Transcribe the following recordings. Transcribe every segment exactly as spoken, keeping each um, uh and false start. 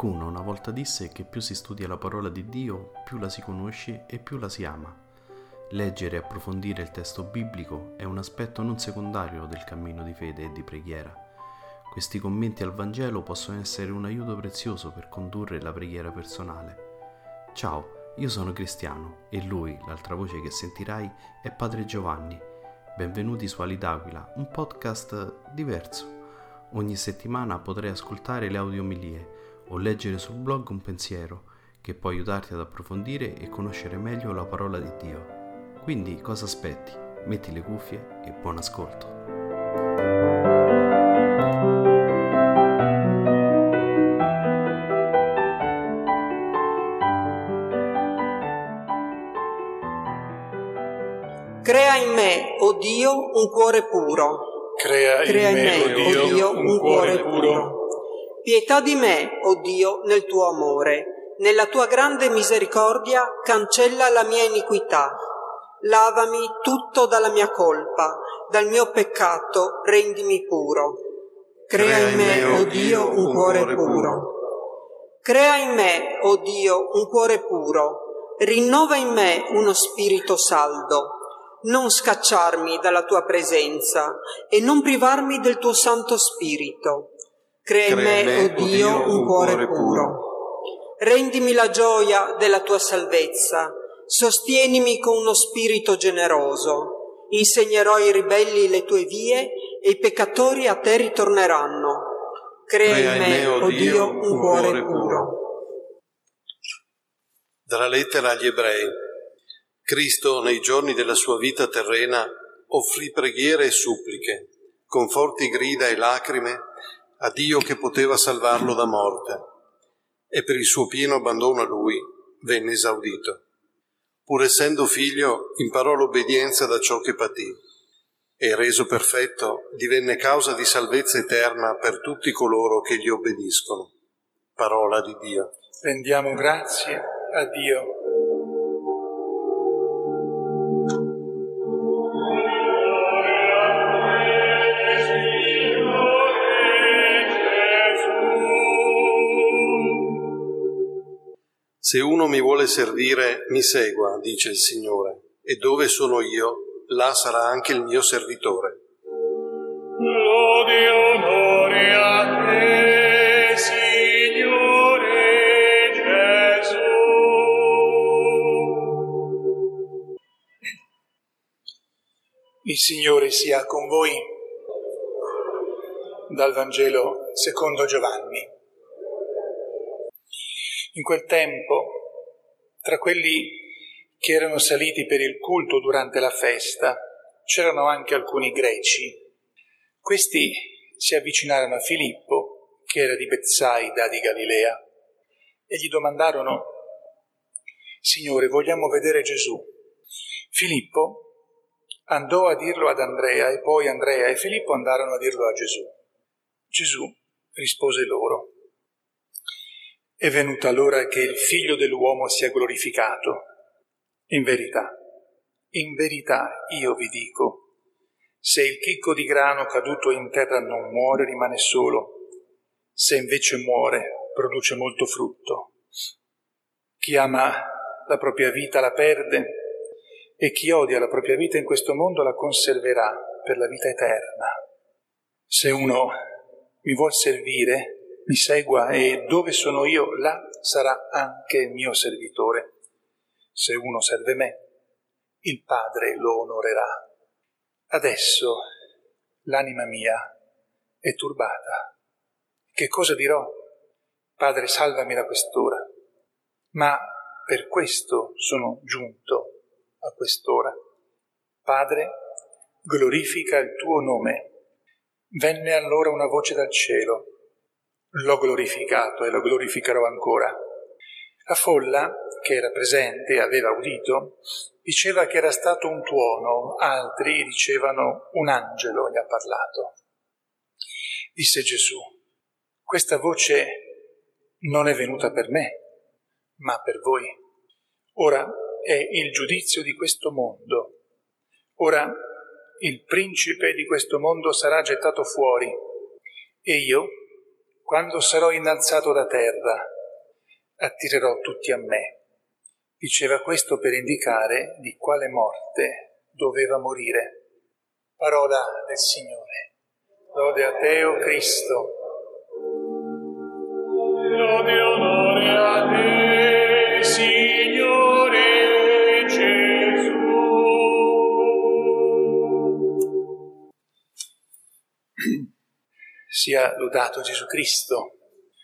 Qualcuno una volta disse che più si studia la parola di Dio, più la si conosce e più la si ama. Leggere e approfondire il testo biblico è un aspetto non secondario del cammino di fede e di preghiera. Questi commenti al Vangelo possono essere un aiuto prezioso per condurre la preghiera personale. Ciao, io sono Cristiano e lui, l'altra voce che sentirai, è Padre Giovanni. Benvenuti su Ali d'Aquila, un podcast diverso. Ogni settimana potrai ascoltare le audiomilie o leggere sul blog un pensiero che può aiutarti ad approfondire e conoscere meglio la parola di Dio. Quindi cosa aspetti? Metti le cuffie e buon ascolto. Crea in me, o Dio, un cuore puro. Crea, Crea in me, o Dio, o Dio, un, un cuore, cuore puro. puro. Pietà di me, o Dio, nel tuo amore. Nella tua grande misericordia cancella la mia iniquità. Lavami tutto dalla mia colpa, dal mio peccato rendimi puro. Crea in me, o Dio, un cuore puro. Crea in me, o Dio, un cuore puro. Rinnova in me uno spirito saldo. Non scacciarmi dalla tua presenza e non privarmi del tuo Santo Spirito. Crea in me, o Dio, un cuore puro. Rendimi la gioia della tua salvezza. Sostienimi con uno spirito generoso. Insegnerò ai ribelli le tue vie e i peccatori a te ritorneranno. Crea, Crea in me, o Dio, un cuore puro. Dalla lettera agli Ebrei. Cristo, nei giorni della sua vita terrena, offrì preghiere e suppliche, con forti grida e lacrime, a Dio che poteva salvarlo da morte, e per il suo pieno abbandono a Lui venne esaudito. Pur essendo figlio, imparò l'obbedienza da ciò che patì, e reso perfetto, divenne causa di salvezza eterna per tutti coloro che gli obbediscono. Parola di Dio. Rendiamo grazie a Dio. Se uno mi vuole servire, mi segua, dice il Signore, e dove sono io, là sarà anche il mio servitore. Lode e onore a te, Signore Gesù. Il Signore sia con voi. Dal Vangelo secondo Giovanni. In quel tempo, tra quelli che erano saliti per il culto durante la festa, c'erano anche alcuni greci. Questi si avvicinarono a Filippo, che era di Betsaida di Galilea, e gli domandarono: «Signore, vogliamo vedere Gesù». Filippo andò a dirlo ad Andrea, e poi Andrea e Filippo andarono a dirlo a Gesù. Gesù rispose loro: «È venuta l'ora che il Figlio dell'uomo sia glorificato. In verità, in verità io vi dico, se il chicco di grano caduto in terra non muore, rimane solo. Se invece muore, produce molto frutto. Chi ama la propria vita la perde, e chi odia la propria vita in questo mondo la conserverà per la vita eterna. Se uno mi vuol servire, mi segua, e dove sono io, là sarà anche il mio servitore. Se uno serve me, il Padre lo onorerà. Adesso l'anima mia è turbata. Che cosa dirò? Padre, salvami da quest'ora. Ma per questo sono giunto a quest'ora. Padre, glorifica il tuo nome. Venne allora una voce dal cielo. L'ho glorificato e lo glorificherò ancora. La folla, che era presente e aveva udito, diceva che era stato un tuono, altri dicevano un angelo gli ha parlato. Disse Gesù: «Questa voce non è venuta per me, ma per voi. Ora è il giudizio di questo mondo. Ora il principe di questo mondo sarà gettato fuori, e io, quando sarò innalzato da terra, attirerò tutti a me. Diceva questo per indicare di quale morte doveva morire. Parola del Signore. Lode a te, o Cristo. Lode e onore a te, Signore Gesù. Sia lodato Gesù Cristo.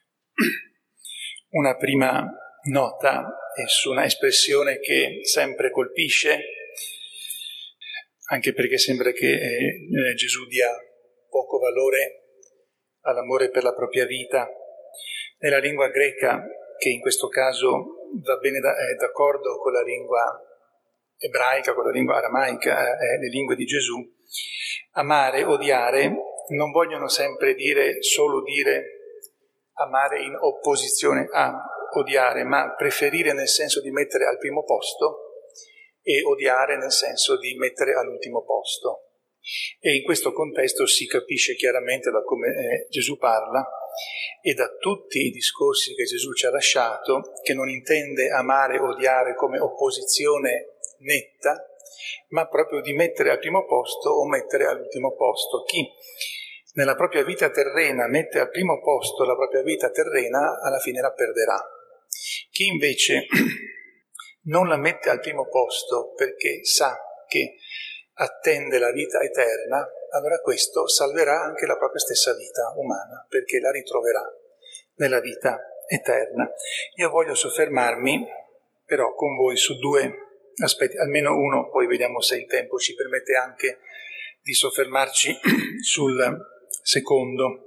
Una prima nota è su una espressione che sempre colpisce, anche perché sembra che eh, Gesù dia poco valore all'amore per la propria vita. Nella lingua greca, che in questo caso va bene da, è d'accordo con la lingua ebraica, con la lingua aramaica, eh, le lingue di Gesù, amare, odiare, non vogliono sempre dire, solo dire amare in opposizione a odiare, ma preferire nel senso di mettere al primo posto e odiare nel senso di mettere all'ultimo posto. E in questo contesto si capisce chiaramente da come eh, Gesù parla e da tutti i discorsi che Gesù ci ha lasciato, che non intende amare, odiare come opposizione netta, ma proprio di mettere al primo posto o mettere all'ultimo posto. Chi nella propria vita terrena mette al primo posto la propria vita terrena, alla fine la perderà. Chi invece non la mette al primo posto perché sa che attende la vita eterna, allora questo salverà anche la propria stessa vita umana, perché la ritroverà nella vita eterna. Io voglio soffermarmi però con voi su due aspetti, almeno uno, poi vediamo se il tempo ci permette anche di soffermarci sul secondo.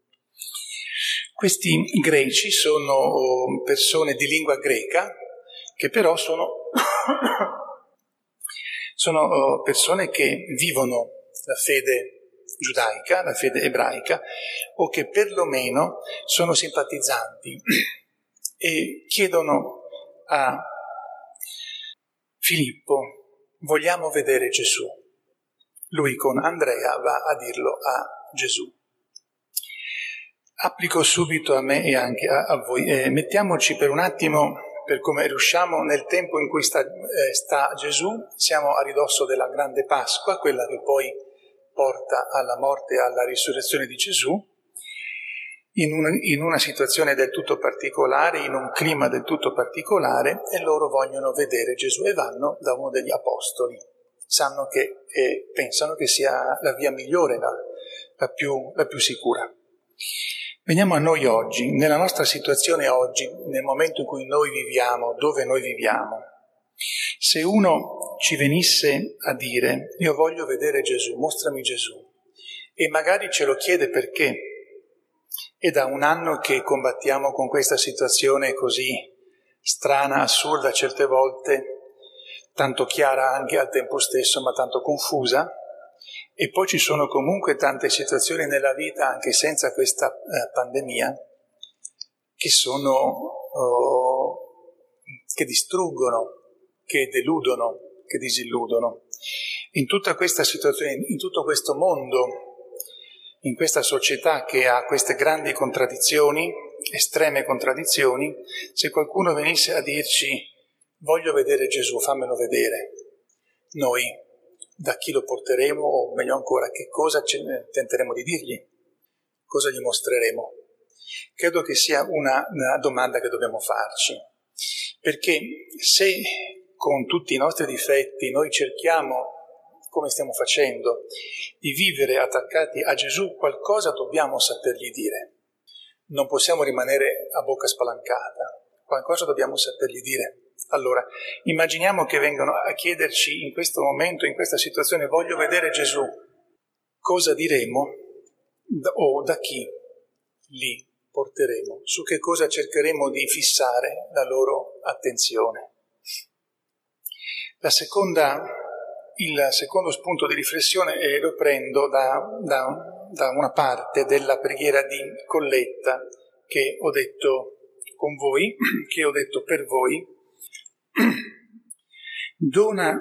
Questi greci sono persone di lingua greca che però sono, sono persone che vivono la fede giudaica, la fede ebraica, o che perlomeno sono simpatizzanti e chiedono a Filippo: vogliamo vedere Gesù. Lui con Andrea va a dirlo a Gesù. Applico subito a me e anche a, a voi. Eh, mettiamoci per un attimo, per come riusciamo, nel tempo in cui sta, eh, sta Gesù. Siamo a ridosso della grande Pasqua, quella che poi porta alla morte e alla risurrezione di Gesù, in, un, in una situazione del tutto particolare, in un clima del tutto particolare, e loro vogliono vedere Gesù e vanno da uno degli apostoli. Sanno che, eh, pensano che sia la via migliore, la, la, più, la più sicura. Veniamo a noi oggi, nella nostra situazione oggi, nel momento in cui noi viviamo, dove noi viviamo. Se uno ci venisse a dire: io voglio vedere Gesù, mostrami Gesù, e magari ce lo chiede perché è da un anno che combattiamo con questa situazione così strana, assurda certe volte, tanto chiara anche al tempo stesso, ma tanto confusa, e poi ci sono comunque tante situazioni nella vita, anche senza questa eh, pandemia, che sono, oh, che distruggono, che deludono, che disilludono. In tutta questa situazione, in tutto questo mondo, in questa società che ha queste grandi contraddizioni, estreme contraddizioni, se qualcuno venisse a dirci: voglio vedere Gesù, fammelo vedere, noi da chi lo porteremo, o meglio ancora, che cosa tenteremo di dirgli? Cosa gli mostreremo? Credo che sia una, una domanda che dobbiamo farci, perché se con tutti i nostri difetti noi cerchiamo, come stiamo facendo, di vivere attaccati a Gesù, qualcosa dobbiamo sapergli dire. Non possiamo rimanere a bocca spalancata, qualcosa dobbiamo sapergli dire. Allora, immaginiamo che vengano a chiederci in questo momento, in questa situazione: voglio vedere Gesù. Cosa diremo o da chi li porteremo? Su che cosa cercheremo di fissare la loro attenzione? La seconda, il secondo spunto di riflessione eh, lo prendo da, da, da una parte della preghiera di Colletta che ho detto con voi, che ho detto per voi. Dona,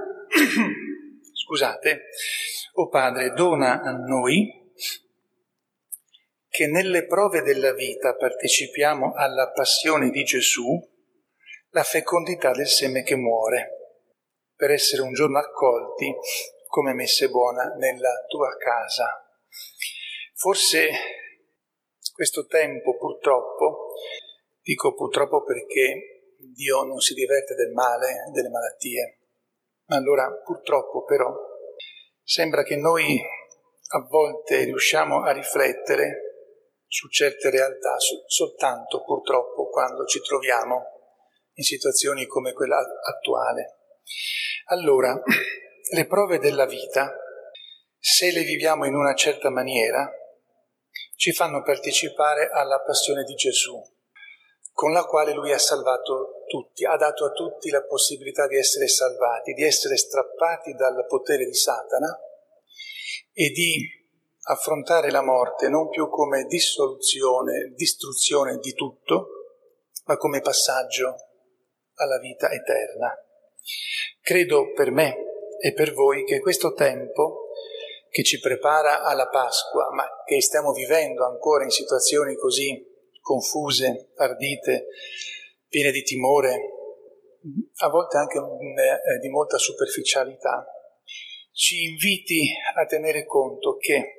scusate, o Padre, dona a noi che nelle prove della vita partecipiamo alla passione di Gesù, la fecondità del seme che muore, per essere un giorno accolti come messe buona nella tua casa. Forse questo tempo, purtroppo, dico purtroppo perché Dio non si diverte del male, delle malattie, ma allora purtroppo però sembra che noi a volte riusciamo a riflettere su certe realtà su, soltanto purtroppo quando ci troviamo in situazioni come quella attuale. Allora, le prove della vita, se le viviamo in una certa maniera, ci fanno partecipare alla passione di Gesù, con la quale Lui ha salvato tutti, ha dato a tutti la possibilità di essere salvati, di essere strappati dal potere di Satana e di affrontare la morte non più come dissoluzione, distruzione di tutto, ma come passaggio alla vita eterna. Credo per me e per voi che questo tempo che ci prepara alla Pasqua, ma che stiamo vivendo ancora in situazioni così confuse, ardite, piene di timore, a volte anche di molta superficialità, ci inviti a tenere conto che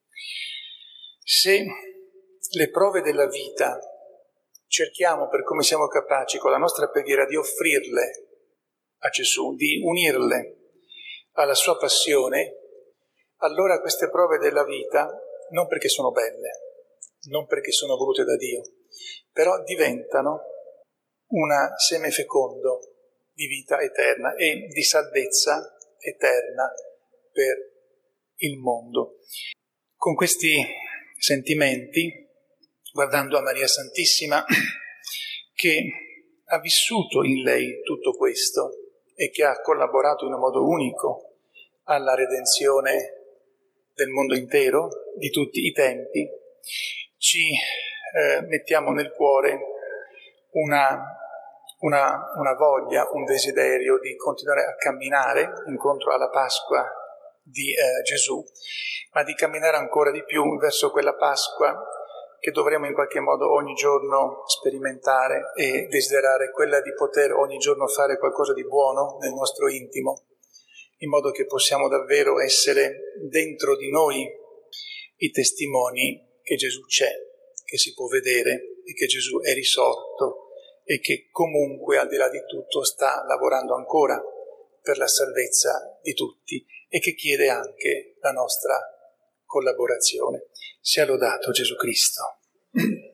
se le prove della vita cerchiamo, per come siamo capaci, con la nostra preghiera, di offrirle a Gesù, di unirle alla sua passione, allora queste prove della vita, non perché sono belle, non perché sono volute da Dio, però diventano una seme fecondo di vita eterna e di salvezza eterna per il mondo. Con questi sentimenti, guardando a Maria Santissima, che ha vissuto in lei tutto questo e che ha collaborato in un modo unico alla redenzione del mondo intero, di tutti i tempi, ci eh, mettiamo nel cuore una, una, una voglia, un desiderio di continuare a camminare incontro alla Pasqua di eh, Gesù, ma di camminare ancora di più verso quella Pasqua che dovremo in qualche modo ogni giorno sperimentare e desiderare, quella di poter ogni giorno fare qualcosa di buono nel nostro intimo, in modo che possiamo davvero essere dentro di noi i testimoni che Gesù c'è, che si può vedere e che Gesù è risorto e che comunque al di là di tutto sta lavorando ancora per la salvezza di tutti e che chiede anche la nostra collaborazione. Sia lodato Gesù Cristo.